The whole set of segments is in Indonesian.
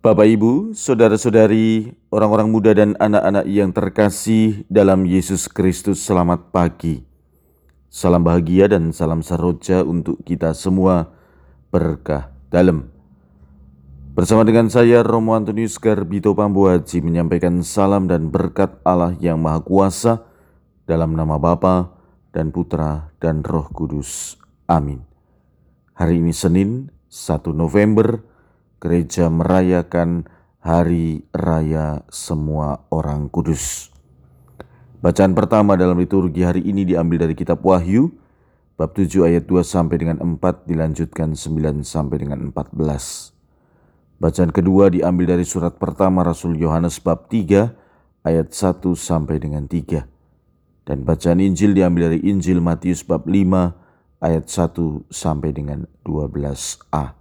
Bapak, Ibu, saudara-saudari, orang-orang muda dan anak-anak yang terkasih dalam Yesus Kristus, selamat pagi. Salam bahagia dan salam saroja untuk kita semua, berkah dalam. Bersama dengan saya, Romo Antonius Garbito Pambuaji, menyampaikan salam dan berkat Allah yang Maha Kuasa dalam nama Bapa dan Putra dan Roh Kudus. Amin. Hari ini Senin, 1 November, Gereja merayakan Hari Raya Semua Orang Kudus. Bacaan pertama dalam liturgi hari ini diambil dari kitab Wahyu, bab 7 ayat 2 sampai dengan 4, dilanjutkan 9 sampai dengan 14. Bacaan kedua diambil dari surat pertama Rasul Yohanes bab 3 ayat 1 sampai dengan 3. Dan bacaan Injil diambil dari Injil Matius bab 5 ayat 1 sampai dengan 12a.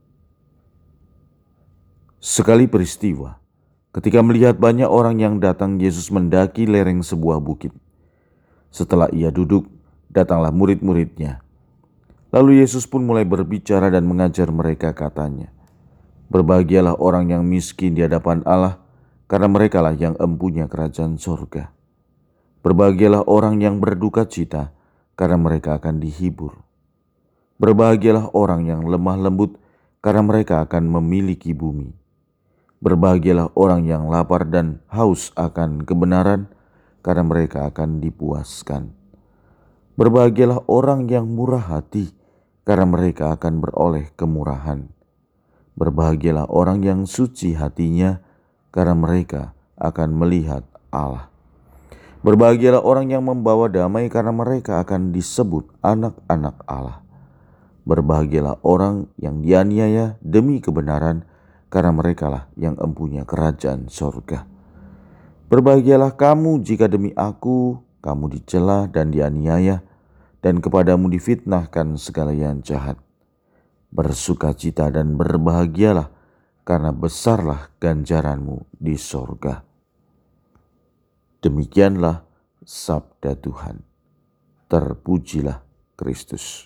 Sekali peristiwa, ketika melihat banyak orang yang datang, Yesus mendaki lereng sebuah bukit. Setelah ia duduk, datanglah murid-muridnya. Lalu Yesus pun mulai berbicara dan mengajar mereka, katanya, "Berbahagialah orang yang miskin di hadapan Allah, karena merekalah yang empunya kerajaan sorga. Berbahagialah orang yang berduka cita, karena mereka akan dihibur. Berbahagialah orang yang lemah lembut, karena mereka akan memiliki bumi. Berbahagialah orang yang lapar dan haus akan kebenaran, karena mereka akan dipuaskan. Berbahagialah orang yang murah hati, karena mereka akan beroleh kemurahan. Berbahagialah orang yang suci hatinya, karena mereka akan melihat Allah. Berbahagialah orang yang membawa damai, karena mereka akan disebut anak-anak Allah. Berbahagialah orang yang dianiaya demi kebenaran, karena merekalah yang empunya kerajaan sorga. Berbahagialah kamu jika demi aku kamu dicela dan dianiaya, dan kepadamu difitnahkan segala yang jahat. Bersukacita dan berbahagialah, karena besarlah ganjaranmu di sorga." Demikianlah sabda Tuhan. Terpujilah Kristus.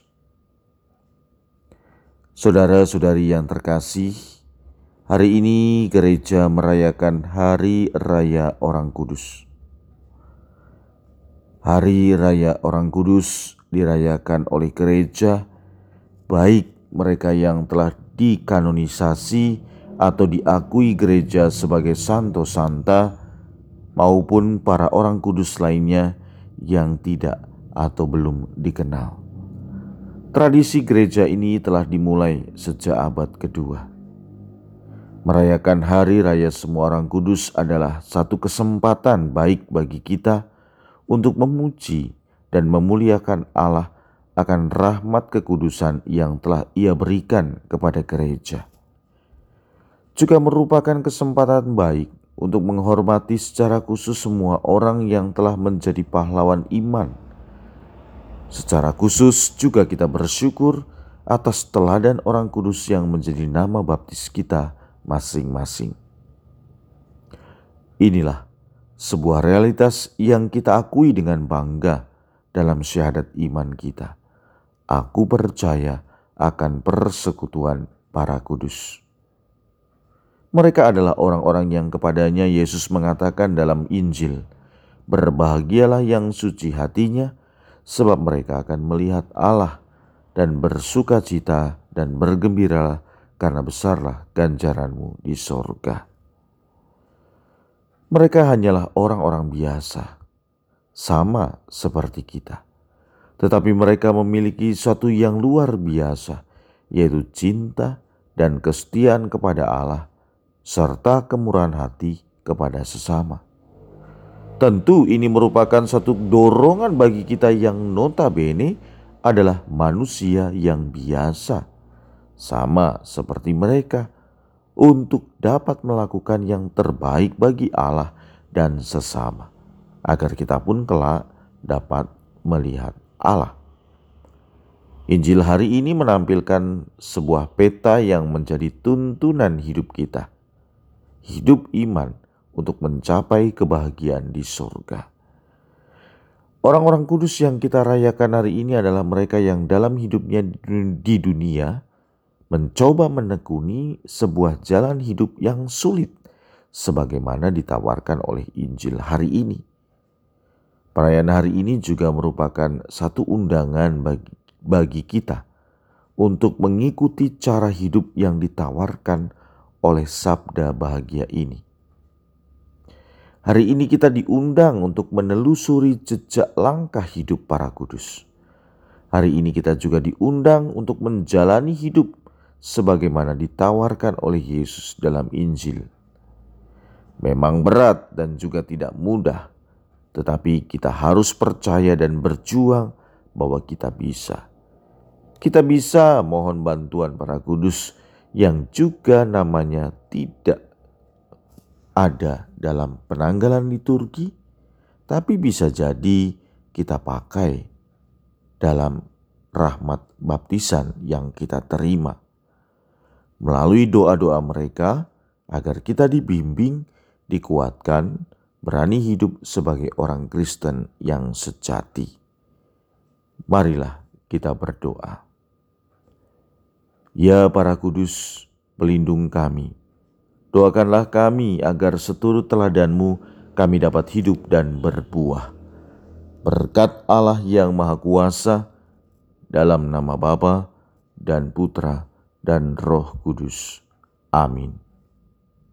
Saudara-saudari yang terkasih, hari ini gereja merayakan Hari Raya Orang Kudus. Hari Raya Orang Kudus dirayakan oleh gereja, baik mereka yang telah dikanonisasi atau diakui gereja sebagai santo santa, maupun para orang kudus lainnya yang tidak atau belum dikenal. Tradisi gereja ini telah dimulai sejak abad kedua. Merayakan Hari Raya Semua Orang Kudus adalah satu kesempatan baik bagi kita untuk memuji dan memuliakan Allah akan rahmat kekudusan yang telah Ia berikan kepada gereja. Juga merupakan kesempatan baik untuk menghormati secara khusus semua orang yang telah menjadi pahlawan iman. Secara khusus juga kita bersyukur atas teladan orang kudus yang menjadi nama baptis kita masing-masing. Inilah sebuah realitas yang kita akui dengan bangga dalam syahadat iman kita. Aku percaya akan persekutuan para kudus. Mereka adalah orang-orang yang kepadanya Yesus mengatakan dalam Injil, "Berbahagialah yang suci hatinya, sebab mereka akan melihat Allah, dan bersukacita dan bergembiralah, karena besarlah ganjaranmu di sorga." Mereka hanyalah orang-orang biasa, sama seperti kita. Tetapi mereka memiliki sesuatu yang luar biasa, yaitu cinta dan kesetiaan kepada Allah, serta kemurahan hati kepada sesama. Tentu ini merupakan satu dorongan bagi kita yang notabene adalah manusia yang biasa, sama seperti mereka, untuk dapat melakukan yang terbaik bagi Allah dan sesama, agar kita pun kelak dapat melihat Allah. Injil hari ini menampilkan sebuah peta yang menjadi tuntunan hidup kita. Hidup iman untuk mencapai kebahagiaan di surga. Orang-orang kudus yang kita rayakan hari ini adalah mereka yang dalam hidupnya di dunia mencoba menekuni sebuah jalan hidup yang sulit sebagaimana ditawarkan oleh Injil hari ini. Perayaan hari ini juga merupakan satu undangan bagi kita untuk mengikuti cara hidup yang ditawarkan oleh sabda bahagia ini. Hari ini kita diundang untuk menelusuri jejak langkah hidup para kudus. Hari ini kita juga diundang untuk menjalani hidup sebagaimana ditawarkan oleh Yesus dalam Injil. Memang berat dan juga tidak mudah, tetapi kita harus percaya dan berjuang bahwa kita bisa. Kita bisa mohon bantuan para kudus yang juga namanya tidak ada dalam penanggalan liturgi, tapi bisa jadi kita pakai dalam rahmat baptisan yang kita terima. Melalui doa-doa mereka agar kita dibimbing, dikuatkan, berani hidup sebagai orang Kristen yang sejati. Marilah kita berdoa. Ya para kudus, pelindung kami, doakanlah kami agar seturut teladan-Mu kami dapat hidup dan berbuah. Berkat Allah yang Maha Kuasa, dalam nama Bapa dan Putra dan Roh Kudus. Amin.